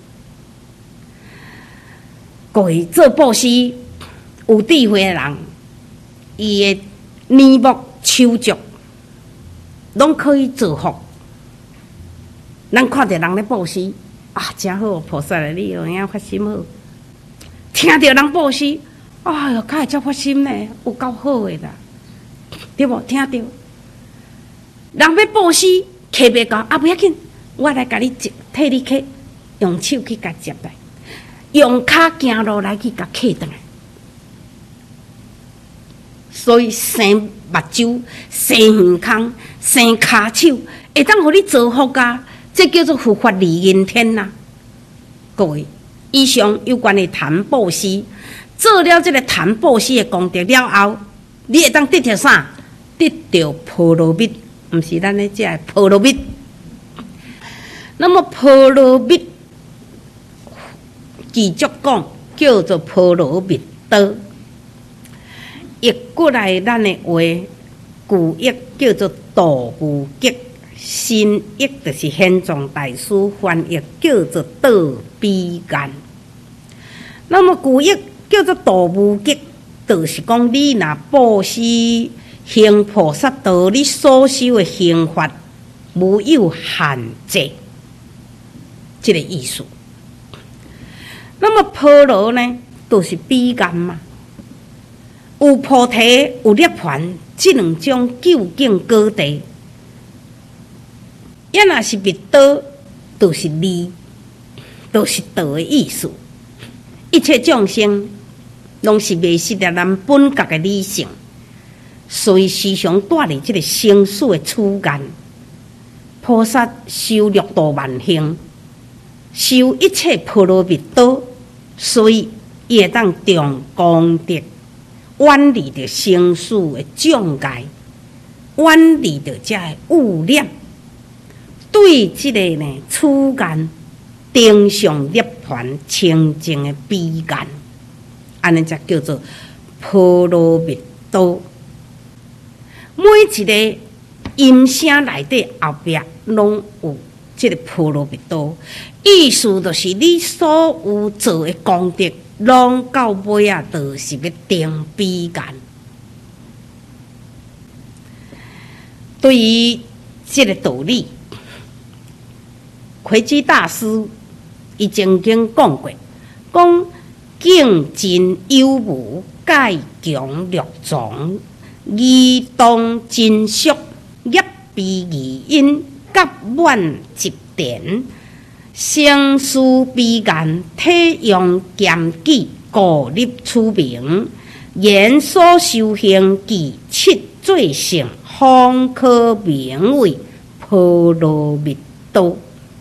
A: 各位做布施有智慧的人，伊的面目手足拢可以造福。咱看到人咧布施啊，真好，菩萨来你有影发心好。听到人布施，哎哟，敢会遮发心呢？有够好的啦，对无？听到人要布施，摕袂到啊，不要紧，我来甲你接，替你摕，用手去甲接来。用脚行路来去甲摕倒来，所以生目睭、生耳孔、生骹手，会当互你造福啊！这叫做护法利人天呐！各位，以上有关的谈布施，做了这个谈布施的功德了后，你会当得到啥？得到波罗蜜，毋是咱咧食的波罗蜜。那么波罗蜜。继续讲，叫做波罗蜜多。译过来咱的话，古译叫做道无极，新译就是玄奘大师翻译叫做道比岸。那么古译叫做道无极，就是讲你若布施行菩萨道，你所修的行法无有限制，这个意思。那么波罗呢，就是比岸嘛。有菩提，有涅槃，这两种究竟高地。也若是蜜多，就是利，就是道的意思。一切众生拢是未失了咱本觉的理性，所以时常带伫这个生死的处间。菩萨修六度万行，修一切波罗蜜多。所以，伊会当重功德，远离着生死的障碍，远离着这个污染，对这个呢处间登上涅槃清净的彼岸，安尼才叫做波罗蜜多。每一个音声内底后壁拢有这个波罗蜜多。意思就是你所有做的功德，拢到尾啊，就是要登彼岸。对于这个道理。魁基大师伊曾经讲过，讲敬真有无，戒强略壮，义当真俗，业必义因，甲满集典，生事必然，体用严纪，固立出名，言所修行记七罪性，方可名为波罗蜜多。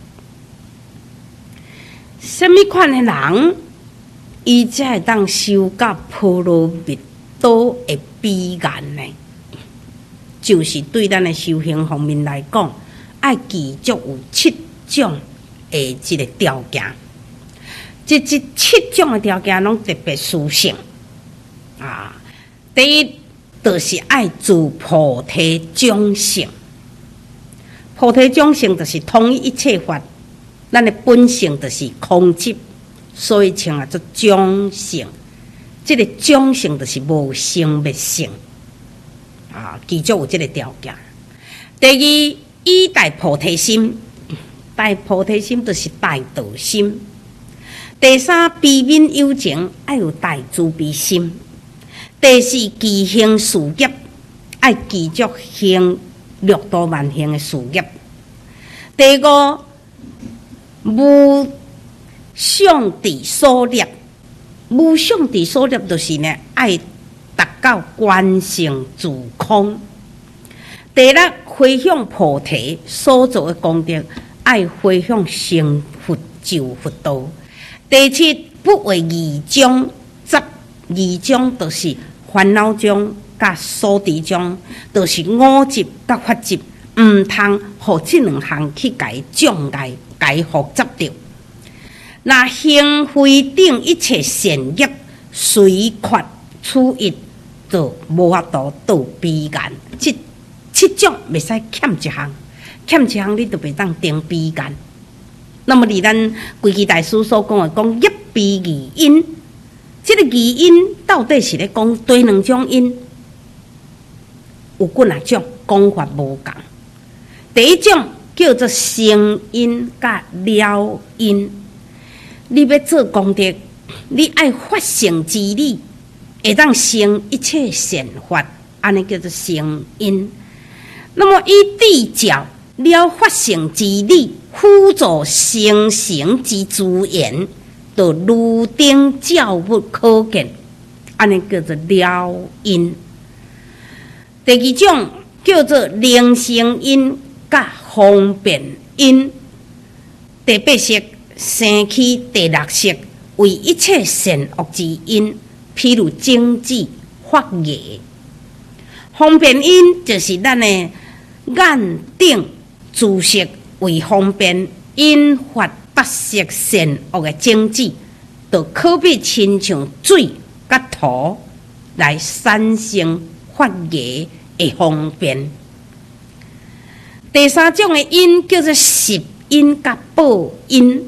A: 什么款的人，伊才会当修到波罗蜜多的彼岸呢？就是对咱的修行方面来讲，爱记住有7种的这个条件。这7种的条件拢特别殊胜啊！第一，就是爱自菩提种性。菩提种性就是统一一切法。咱的本性就是空寂，所以称啊做种性。这个种性就是无生灭性啊，记住有这个条件。第二，以大菩提心，大菩提心就是大道心。第三，悲悯有情，爱有大慈悲心。第四，记行事业，爱记住行6度万行的事业。第五，无上帝所立，无上帝所立就是呢，爱达到观性自空。第六，回向菩提所做的功德，爱回向成佛就佛道。第七，不为二种执，二种就是烦恼中甲所知中，就是我执甲法执，唔通互这两项去解障碍。该复杂着，那行非定一切善业，随缺处一，就无法度到彼岸。这7种袂使欠一项，欠一项你就袂当定彼岸。那么，伫咱规矩大师所讲的，讲业必义因，这个义因到底是咧讲对两种因？有几啊种讲法无共。第一种叫做成因甲了因。你要做功德，你爱发成之理，会当成一切善法，安尼叫做成因。那么以地教了发成之理，辅助生成之资源，就如顶照物可见，安尼叫做了因。第二种叫做灵成因甲方便因。第八识生起第六识为一切善恶之因，譬如经济、法业。方便因就是咱的眼顶自识为方便，引发八识善恶的经济，就可比亲像水甲土来产生法业的方便。第三种的因叫做习因甲报因。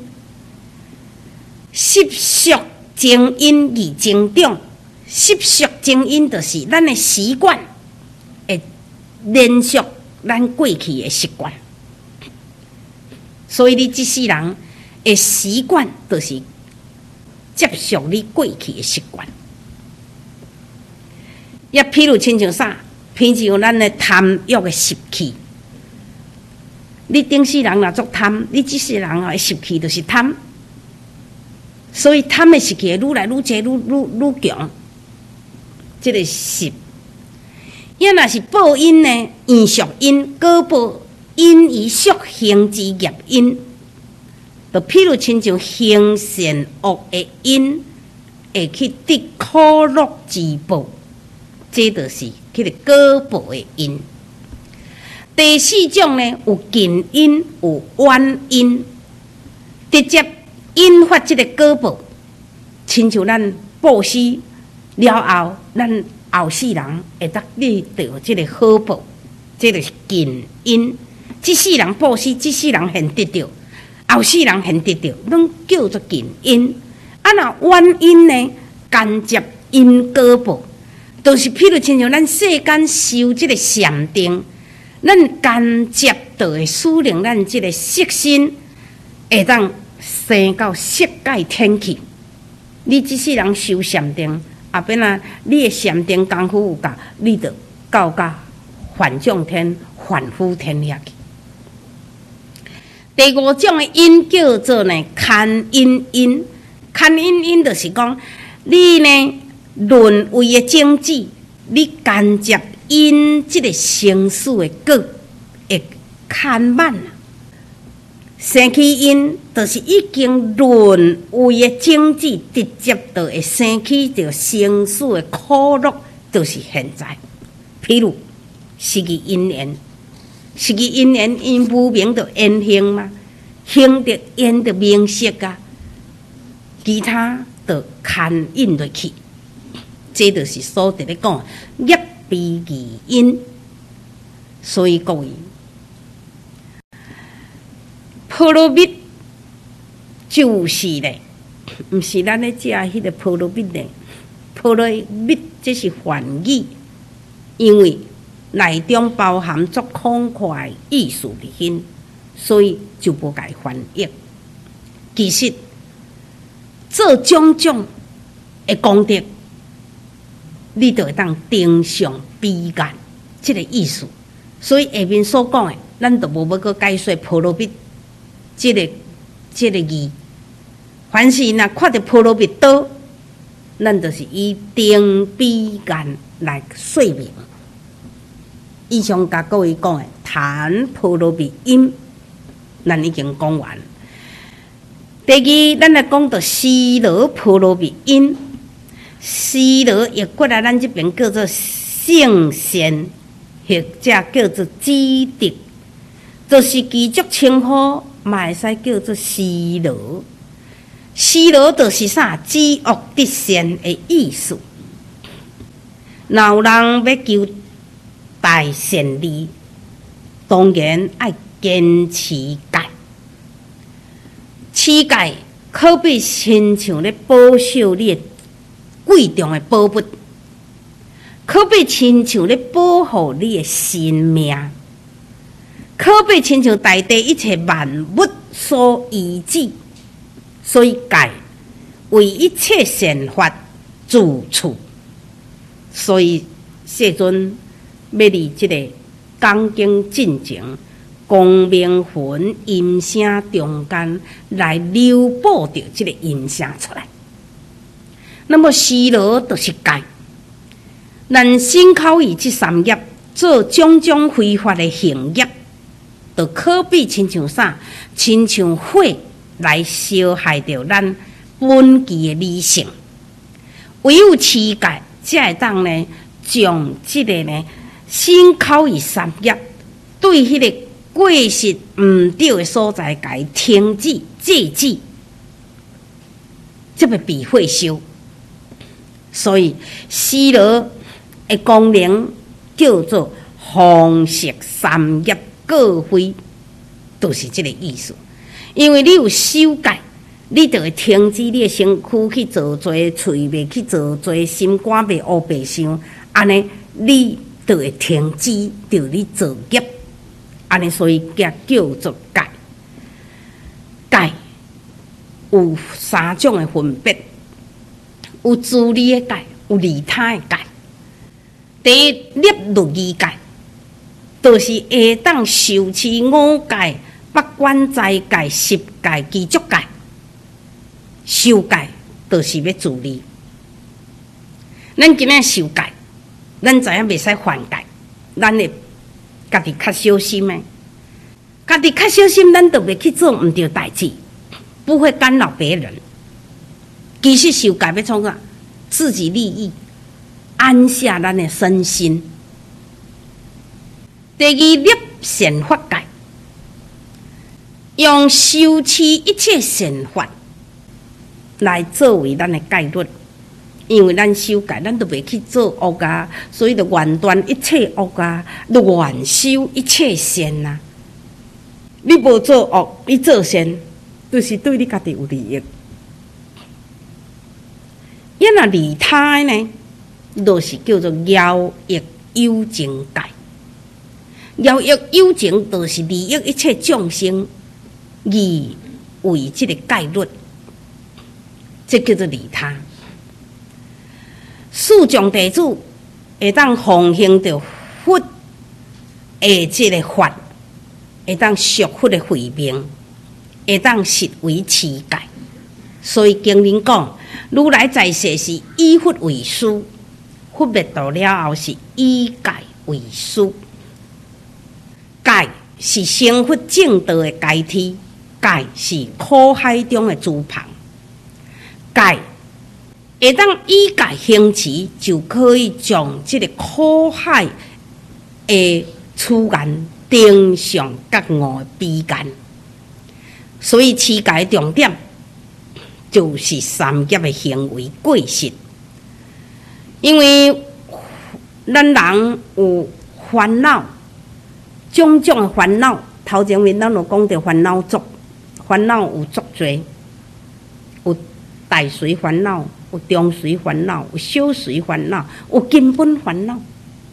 A: 习俗精因而增长，习俗精因就是咱的习惯，会连续咱过去的习惯。所以你这世人的习惯，就是接受你过去的习惯。也譬如亲像啥，譬如咱的贪欲的习气。你顶世人若做贪，你这世人的习气就是贪。所以贪的习气愈来愈济，愈强。这个习，也若是报因呢，缘属因果报因以属行之业因，就譬如亲像行善恶的因，会去得苦乐之报，这就是迄个果报的因。第四种呢，有近因，有远因，直接引发这个果报，亲像咱布施了后，咱后世人会得到这个好报，这就是近因。这世人布施，这世人现得到，后世人现得到，拢叫做近因。啊，那远因呢，间接因果报，就是譬如亲像咱世间修这个禅定，咱间接就会使令咱即个色身会当生到色界天去。你即世人修禅定，后边啊，你的禅定功夫有够，你就到梵众天、凡夫天遐去。第五种的因叫做呢牵因因，牵因因就是讲，你呢沦为的种子，你间接因即个生死的果会牵满。生起因就是已经沦为的种子，直接就会生起着生死的苦乐，就是现在。譬如失去因缘，失去因缘，因无明就缘行嘛，行着缘着名色啊，其他就牵引落去。这就是所伫咧讲业悲义因。所以各位，波罗蜜就是咧，毋是咱咧食迄个波罗蜜咧。波罗蜜这是梵语，因为内中包含足广阔意思伫hin，所以就无解翻译。其实做种种的功德，你就会当登上悲愿，这个意思。所以下面所讲的，咱就无要搁解说波罗蜜这个字。凡是若看到波罗蜜多，咱就是以登悲愿来说明。以上甲各位讲的谈波罗蜜因，咱已经讲完。第二，咱来讲到西罗波罗蜜因。西罗也过来咱这边叫做圣贤，或者叫做知德，就是其足称呼，嘛会使叫做西罗。西罗就是啥？知恶得善的意思。若有人要求大善利，当然要坚持戒。持戒可比亲像咧保守你的贵重的宝物，可比亲像咧保护你的生命，可比亲像大地一切万物所依止。所以戒为一切善法住处。所以世尊要离这个讲经进程、光明魂音声中间来流布着这个音声出来。那么西罗就是戒，咱身口意这三业做种种非法的行业，就可比亲像啥？亲像火来烧害着咱本具的理性。唯有持戒，才会当呢，将这个呢身口意三业对迄个过失毋对的所在，甲伊停止制止，才会被火烧。所以西罗的功能叫做红色三业各灰，就是这个意思。因为你有修戒，你就会停止你的身躯去做罪，嘴袂去做罪，心肝袂乌白想，安尼你就会停止着你做业，安尼所以叫做戒。戒有三种的分别，有自利的戒，有利他的戒。第一，立律仪戒，就是会当受持五戒、八关斋戒、十戒、具足戒。受戒就是要自利。咱今仔受戒，咱知影袂使犯戒，咱会家己较小心的，家己较小心，咱就袂去做毋对代志，不会干扰别人。其实受戒要创啥？自己利益，安下咱的身心。第二，立善法戒，用修持一切善法来作为咱的戒律。因为咱修戒，咱都袂去做恶啊，所以就愿断一切恶啊，就愿修一切善啊。你无做恶，你做善，就是对你家己有利益。若利他呢，就是叫做徭役有情戒。 饶益有情，就是利益一切众生，以为这个戒律，这叫做利他。四众弟子会当奉行着佛的这个法，会当学佛的慧命，会当实为持戒。所以经论讲，如来在世是以佛为师，佛灭度了后是以戒为师。戒是成佛正道的阶梯，戒是苦海中的珠旁。戒会当以戒行持，就可以将这个苦海的此岸登上觉悟的彼岸。所以持戒的重点就是三业的行为过失。因为咱人有烦恼，种种的烦恼，头前面咱就讲到烦恼足，烦恼有足多，有大随烦恼，有中随烦恼，有小随烦恼，有根本烦恼。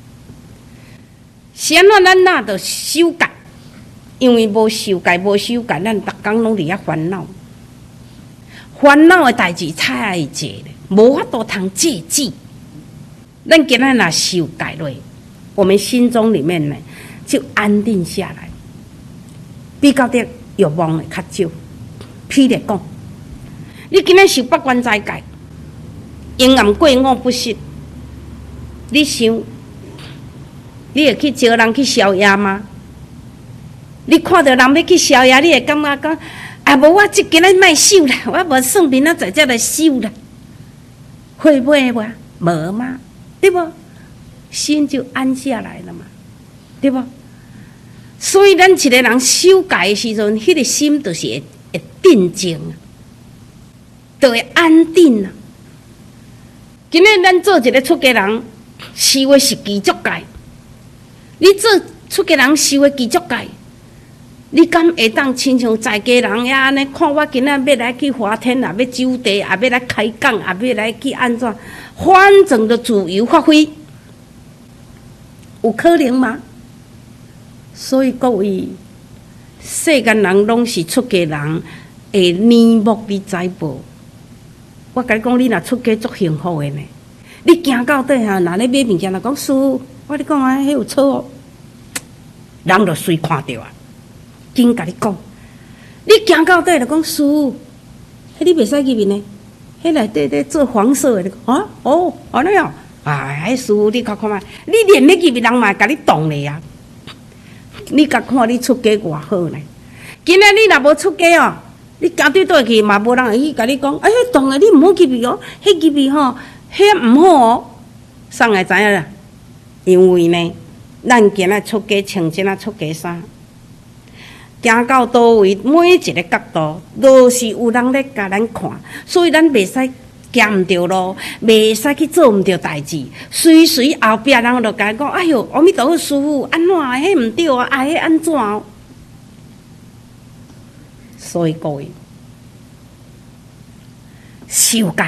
A: 是安怎咱哪着修戒？因为无修戒，咱逐工拢伫遐烦恼。烦恼的代志太爱做咧，无法度通制止。咱今仔若修戒落，我们心中里面呢就安定下来，比较的欲望会较少。譬如讲，你今仔受八关斋戒，阴暗过午不食，你想，你会去招人去宵夜吗？你看到人要去宵夜，你会感觉讲，啊，无我今仔莫守啦，我无算明仔载才来守啦，会买无？无吗？对不？心就安下来了嘛，对不？所以咱一个人修戒的时阵，迄个心就是会定静，就会安定啊。今日咱做一个出家人，修的是具足戒。你做出家人修的具足戒，你敢会当亲像在家人呀安尼看我今仔要来去花天啊，要走地啊，要来开讲啊，要来去安怎？反正就自由发挥，有可能吗？所以各位，世间人拢是出家人的面目，你知无？我甲你讲，你若出家足幸福的呢。你行到底哈，若咧买物件，若讲师父，我咧讲啊，迄有错哦，人就随看到啊。紧甲你讲，你行到底就讲师父，迄你袂使入面呢。迄内底咧做黄色的，啊哦，安尼哦，啊，迄师父你看看觅，你连咧入面人嘛甲你动咧啊！你甲看你出家偌好呢？今仔你若无出家哦，你行对倒去嘛无人会去甲你讲，哎，迄动的你毋好入去哦，迄入去吼，迄毋好哦。谁会知影啦？因为呢，咱今仔出家穿即仔出家衫。行到倒位，每一个角度都是有人咧甲咱看，所以咱袂使行毋着路，袂使去做毋着代志。随随后壁人就甲讲：“哎哟，阿弥陀佛，师父，安怎？迄毋对啊，啊，迄安怎？”所以各位，修戒，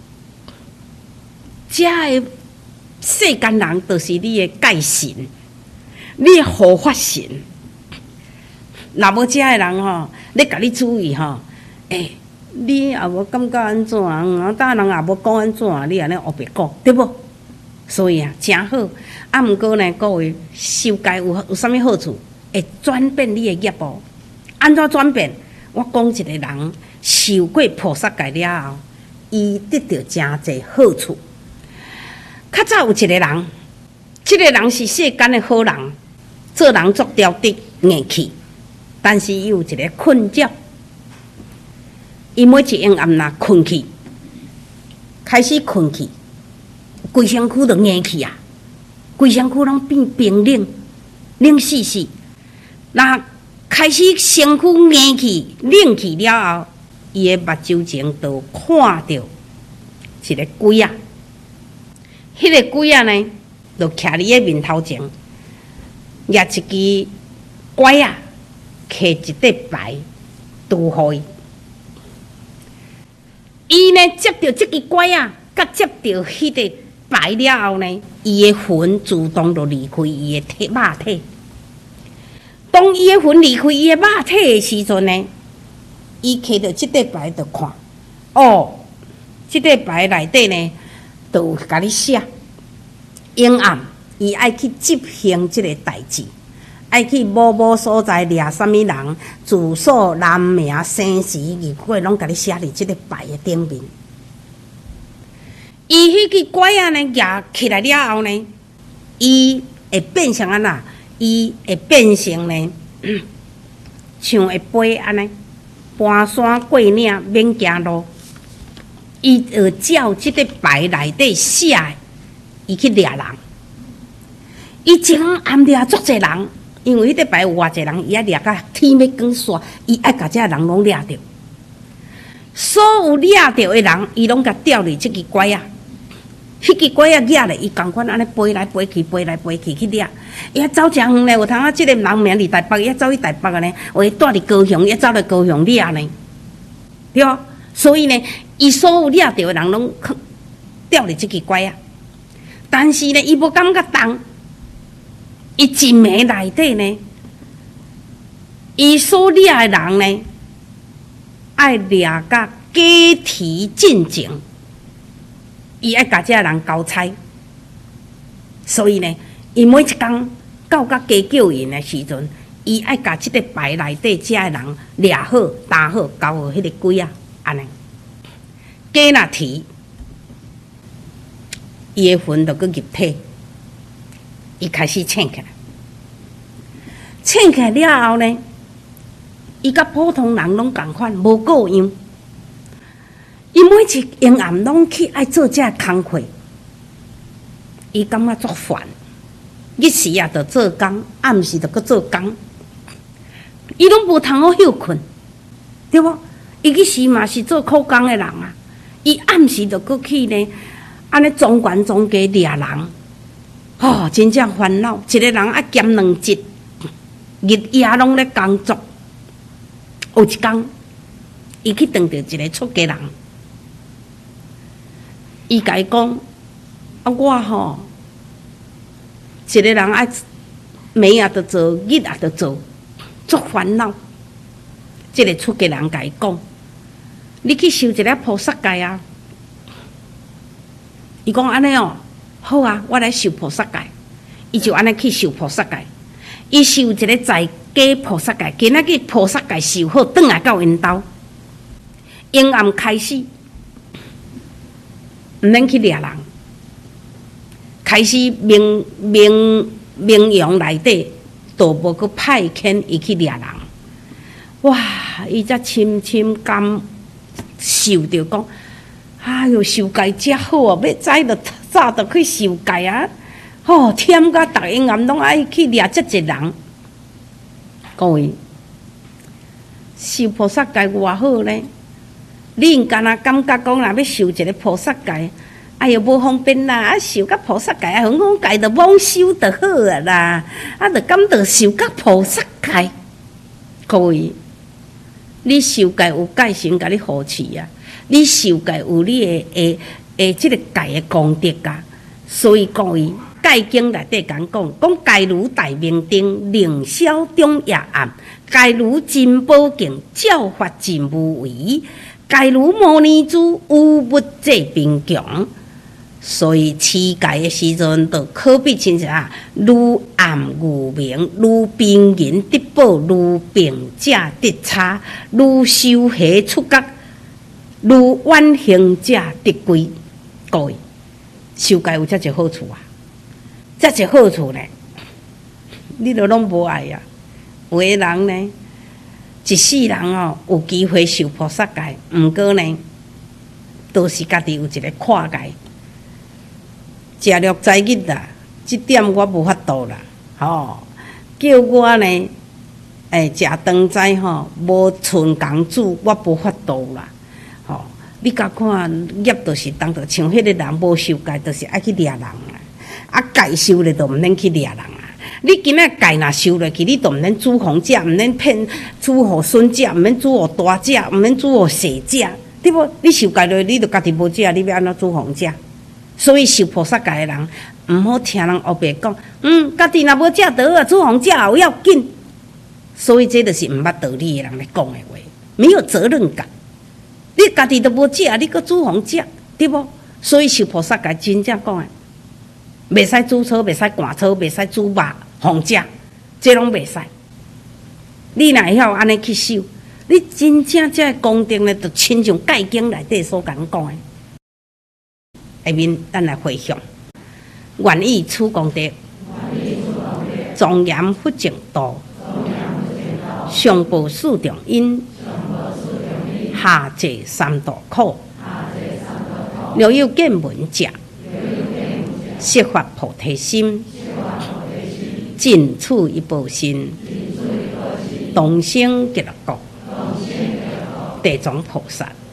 A: 遮个世间人就是你的戒神，你的护法神。若无遮个人吼，咧甲你注意吼，你也无感觉安怎？当人也无讲安怎，你安尼黑白讲，对无？所以啊，真好。啊，毋过呢，各位修戒有啥物好处？会转变你的业报。安怎转变？我讲一个人受过菩萨戒了后，伊得到真侪好处。较早有一个人，这个人是世间的好人，做人足刁滴硬气。但是伊有一个困扰，伊每一夜暗若困去，开始困去，规身躯就硬去啊，规身躯拢变冰冷，冷死死。那开始身躯硬去、冷去了后，伊的目睭前就看到一个鬼啊，迄个鬼啊呢，就徛伫伊面头前，举一支拐啊。摕一块牌，拄互伊。伊呢接到这支拐啊，甲接到迄个牌了后呢，伊的魂自动就离开伊的肉体。 当伊的魂离开伊的肉体的时阵呢，伊摕到即块牌就看，哦，即块牌内底呢，就有甲你写阴暗，伊爱去执行即个代志，爱去某所在掠啥物人，住所、人名、生时、日月，拢甲你写伫即个牌的顶面。伊迄个拐啊呢，举起来了后呢，伊会变成安那？伊会变成呢，像会飞安尼，搬山过岭免行路。伊会照即个牌内底写，伊去掠人。伊前暗掠足侪人，因为迄个牌有偌侪人，伊爱掠到天要光煞，伊爱甲遮人拢掠着。所有掠着的人，伊拢甲吊伫即个拐啊。迄个拐啊举咧，伊共款安尼飞来飞去，飞来飞去去掠。伊啊走诚远咧，有通啊，即个人名伫台北，伊啊走去台北啊呢，有诶住伫高雄，伊啊走来高雄掠呢，对哦。所以呢，伊所有掠着诶人拢吊伫即个拐啊。但是呢，伊无感觉重，伊一暝内底呢，伊所掠诶人呢，爱掠甲假提进前。伊爱甲遮人交差，所以呢，伊每一工到甲加叫因的时阵，伊爱甲即个牌内底遮的人掠好、担好、交好迄个鬼啊，安尼。假若提，伊的魂就去入体，伊开始醒起来。醒起来了后呢，伊甲普通人拢共款，无够样。伊每一阴暗拢去爱做遮工课，伊感觉足烦。日时啊，着做工；暗时着搁做工。伊拢无通好休困，对无？伊日时嘛是做苦工的人啊，伊暗时着搁去呢，安尼总管总家掠人，哦，真正烦恼。一个人啊兼2职，日夜拢咧工作。有一工，伊去撞着一个出家人。伊甲伊讲：“啊，我吼，一个人爱暝也着做，日也着做，足烦恼。”即个出家人甲伊讲：“你去修一个菩萨戒啊！”伊讲安尼哦，好啊，我来修菩萨戒。伊就安尼去修菩萨戒。伊修一个在家菩萨戒，今仔日菩萨戒修好，转来到因兜，阴暗开始。毋免去掠人，开始明阳内底都无去派遣伊去掠人。哇！伊才深深感受着讲，哎哟，受戒真好哦！要早着早着去受戒啊！吼，忝甲逐阴暗拢爱去掠遮一人。各位，受菩萨戒偌好呢？你敢若感觉讲，若要受一个菩萨戒，哎哟无方便啦！啊，受甲菩萨戒啊，方戒着罔修就好啊啦！啊，着感着受甲菩萨戒。各位，你受戒有戒神甲你扶持啊，你受戒有你的即个戒的功德啊。所以各位，戒经内底讲，戒如大明灯，令宵中夜暗；戒如金宝镜，照法尽无为。戒如摩尼珠，有物济贫穷。所以持戒的时阵，就可比亲像愈暗愈明，愈贫人得宝，愈病者得差，愈修习出觉，愈远行者得归。各位，修戒有遮一好处啊！遮一好处呢，你都拢无爱啊！有的人呢，一世人哦，有机会受菩萨戒，毋过呢，都是家己有一个看戒。食六斋日啦，即点我无法度啦，吼！叫我呢，食长斋吼，无剩工煮，我无法度啦，吼！你甲看业，就是当着像迄个人无受戒，就是爱去掠人啊！啊，戒修咧，就毋免去掠人啊！你今仔戒若修落去，你就毋免煮红食，毋免骗煮互孙食，毋免煮互大食，毋免煮互细食，对无？你受戒落，你就家己无食，你要安怎煮红食？所以受菩萨戒的人，毋好听人后白讲，家己若无食得啊，煮红食也要紧。 所以这就是毋捌道理的人咧讲的话，没有责任感。你家己都无食，你搁煮互食，对无？所以修菩萨甲真正讲的，袂使煮草，袂使赶草，袂使煮肉互食，这拢袂使。你若会晓安尼去修，你真正这功德呢，就亲像《戒经》内底所讲的。下面咱来回向，愿以此功德，庄严佛净土，上报四重因，下济三途苦。若有见闻者，悉发菩提心，尽此一报身，同生极乐国。地藏菩萨。